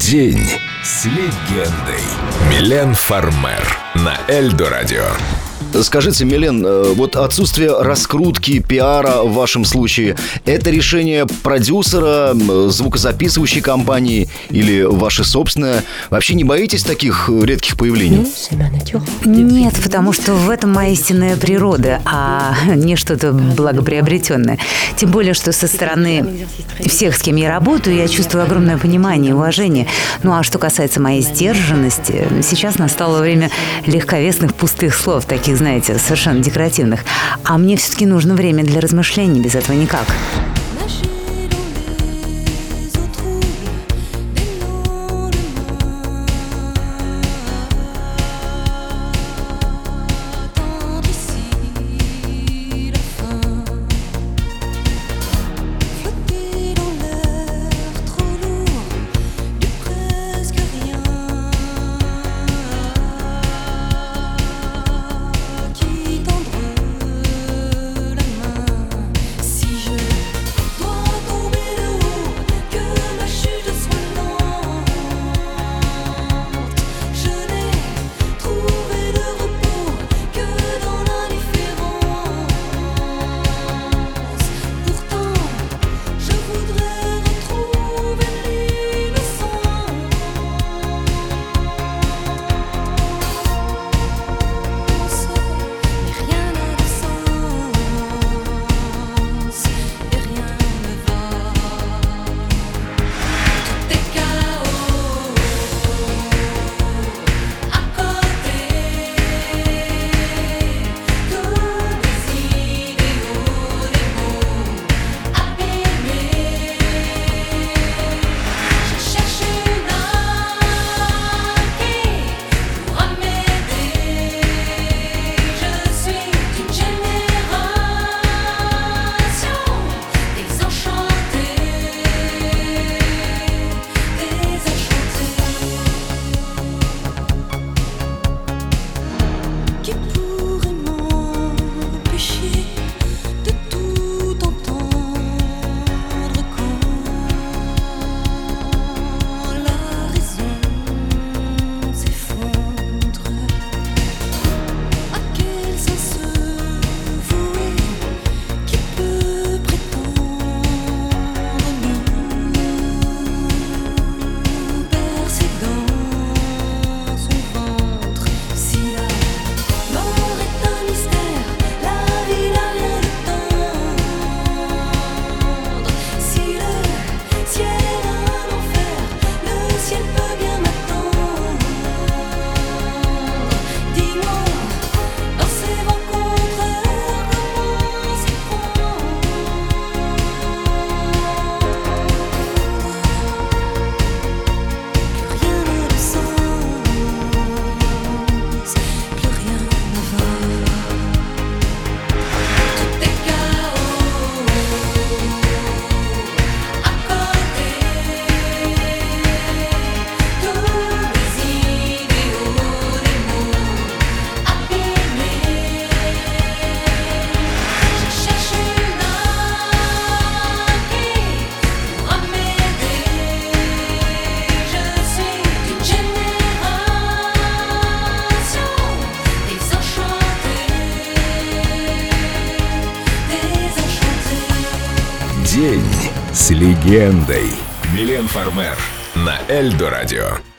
День с легендой. Милен Фармер на Эльдо Радио. Скажите, Милен, вот отсутствие раскрутки, пиара в вашем случае – это решение продюсера, звукозаписывающей компании или ваше собственное? Вообще не боитесь таких редких появлений? Нет, потому что в этом моя истинная природа, а не что-то благоприобретенное. Тем более, что со стороны всех, с кем я работаю, я чувствую огромное понимание и уважение. Ну а что касается моей сдержанности, сейчас настало время легковесных пустых слов, таких, знаете, совершенно декоративных. А мне все-таки нужно время для размышлений, без этого никак. День с легендой. Милен Фармер на Эльдо Радио.